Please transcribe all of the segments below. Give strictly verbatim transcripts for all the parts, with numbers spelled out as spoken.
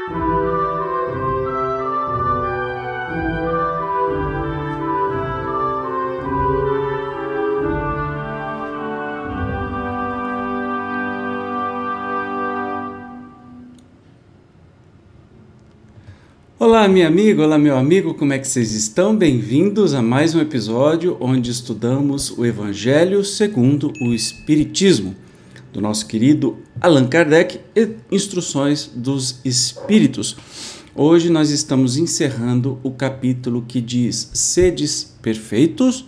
Olá, minha amiga, olá, meu amigo, como é que vocês estão? Bem-vindos a mais um episódio onde estudamos o Evangelho segundo o Espiritismo, do nosso querido Allan Kardec e Instruções dos Espíritos. Hoje nós estamos encerrando o capítulo que diz Sedes perfeitos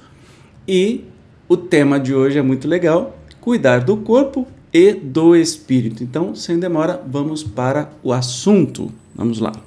e o tema de hoje é muito legal, cuidar do corpo e do espírito. Então, sem demora, vamos para o assunto. Vamos lá.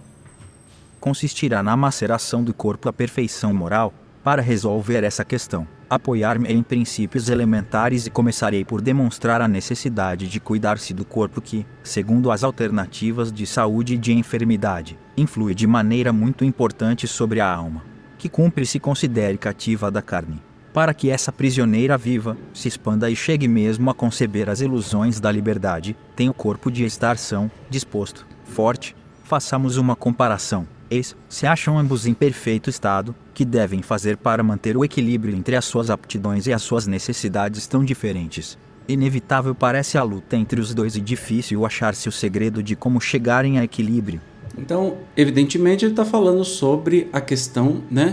Consistirá na maceração do corpo a perfeição moral. Para resolver essa questão, apoiar-me em princípios elementares e começarei por demonstrar a necessidade de cuidar-se do corpo que, segundo as alternativas de saúde e de enfermidade, influi de maneira muito importante sobre a alma, que cumpre se considere cativa da carne. Para que essa prisioneira viva, se expanda e chegue mesmo a conceber as ilusões da liberdade, tem o corpo de estar são, disposto, forte. Façamos uma comparação. Eis, se acham ambos em perfeito estado, que devem fazer para manter o equilíbrio entre as suas aptidões e as suas necessidades tão diferentes. Inevitável parece a luta entre os dois e difícil achar-se o segredo de como chegarem a equilíbrio. Então, evidentemente, ele está falando sobre a questão, né,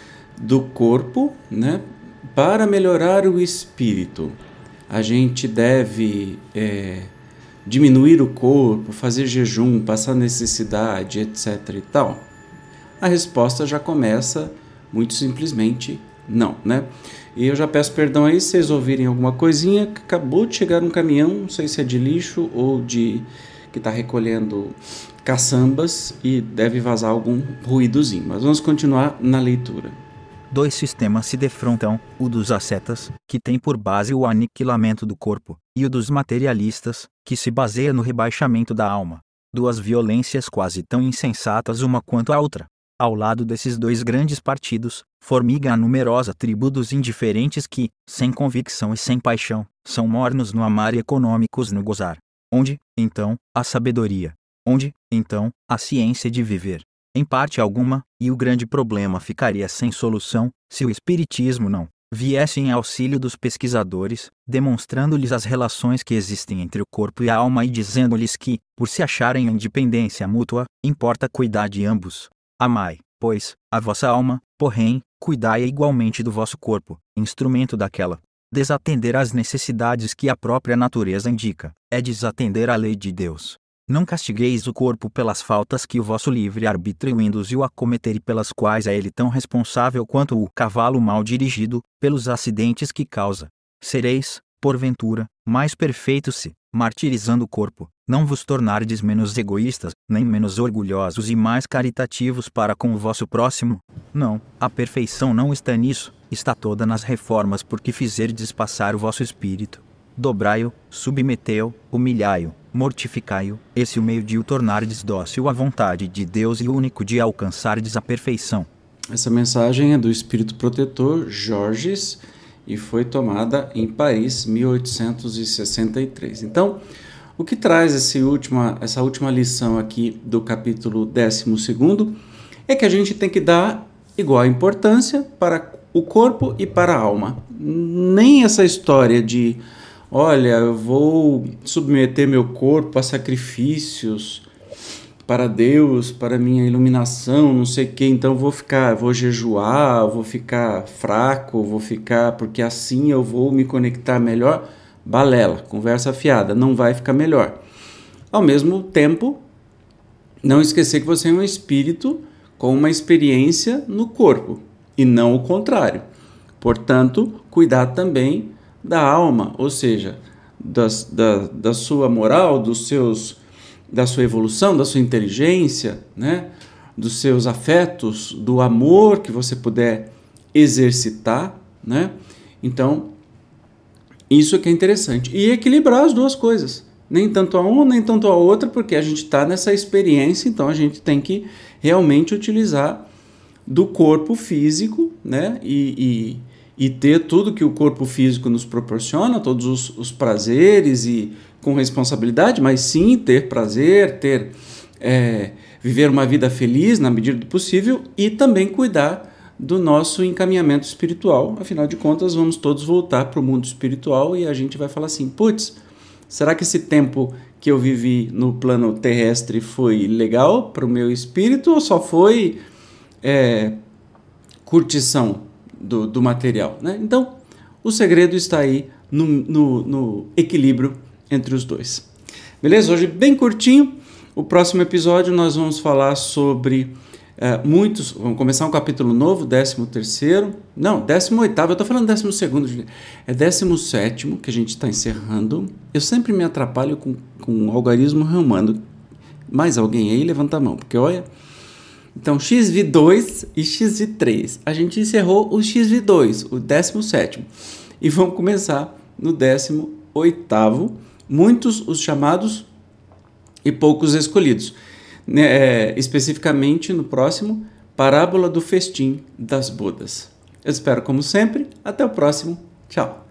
do corpo, né, para melhorar o espírito. A gente deve é, diminuir o corpo, fazer jejum, passar necessidade, etc e tal. A resposta já começa muito simplesmente não, né? E eu já peço perdão aí se vocês ouvirem alguma coisinha, que acabou de chegar um caminhão, não sei se é de lixo ou de que está recolhendo caçambas e deve vazar algum ruídozinho, mas vamos continuar na leitura. Dois sistemas se defrontam, o dos ascetas, que tem por base o aniquilamento do corpo, e o dos materialistas, que se baseia no rebaixamento da alma. Duas violências quase tão insensatas uma quanto a outra. Ao lado desses dois grandes partidos, formiga a numerosa tribo dos indiferentes que, sem convicção e sem paixão, são mornos no amar e econômicos no gozar. Onde, então, a sabedoria? Onde, então, a ciência de viver? Em parte alguma, e o grande problema ficaria sem solução, se o espiritismo não viesse em auxílio dos pesquisadores, demonstrando-lhes as relações que existem entre o corpo e a alma e dizendo-lhes que, por se acharem em independência mútua, importa cuidar de ambos. Amai, pois, a vossa alma, porém, cuidai igualmente do vosso corpo, instrumento daquela. Desatender às necessidades que a própria natureza indica, é desatender à lei de Deus. Não castigueis o corpo pelas faltas que o vosso livre-arbítrio induziu a cometer e pelas quais é ele tão responsável quanto o cavalo mal dirigido, pelos acidentes que causa. Sereis, porventura, mais perfeitos se, martirizando o corpo, não vos tornardes menos egoístas, nem menos orgulhosos e mais caritativos para com o vosso próximo? Não, a perfeição não está nisso, está toda nas reformas por que fizerdes passar o vosso espírito. Dobrai-o, submetei-o, humilhai-o, mortificai-o, esse é o meio de o tornardes dócil à vontade de Deus e único de alcançardes a perfeição. Essa mensagem é do Espírito Protetor Georges e foi tomada em Paris, mil oitocentos e sessenta e três. Então, o que traz esse última, essa última lição aqui do capítulo décimo segundo é que a gente tem que dar igual importância para o corpo e para a alma. Nem essa história de, olha, eu vou submeter meu corpo a sacrifícios para Deus, para minha iluminação, não sei o que, então eu vou ficar, vou jejuar, vou ficar fraco, vou ficar, porque assim eu vou me conectar melhor. Balela, conversa fiada, não vai ficar melhor. Ao mesmo tempo, não esquecer que você é um espírito com uma experiência no corpo, e não o contrário. Portanto, cuidar também da alma, ou seja, das, da, da sua moral, dos seus, da sua evolução, da sua inteligência, né? Dos seus afetos, do amor que você puder exercitar, né? Então, isso que é interessante. E equilibrar as duas coisas. Nem tanto a uma, nem tanto a outra, porque a gente está nessa experiência, então a gente tem que realmente utilizar do corpo físico, né? E, e, e ter tudo que o corpo físico nos proporciona, todos os, os prazeres e com responsabilidade, mas sim ter prazer, ter é, viver uma vida feliz na medida do possível e também cuidar do nosso encaminhamento espiritual. Afinal de contas, vamos todos voltar para o mundo espiritual e a gente vai falar assim, putz, será que esse tempo que eu vivi no plano terrestre foi legal para o meu espírito ou só foi é, curtição do, do material, né? Então, o segredo está aí no, no, no equilíbrio entre os dois. Beleza? Hoje bem curtinho. O próximo episódio nós vamos falar sobre uh, muitos... Vamos começar um capítulo novo, décimo terceiro. Não, décimo oitavo. Eu estou falando décimo segundo. É décimo sétimo que a gente está encerrando. Eu sempre me atrapalho com, com o algarismo romano. Mais alguém aí? Levanta a mão, porque olha... Então, X V dois e X V três. A gente encerrou o X V dois, o décimo sétimo. E vamos começar no décimo oitavo. Muitos os chamados e poucos escolhidos. É, especificamente no próximo, Parábola do Festim das Bodas. Eu espero, como sempre. Até o próximo. Tchau.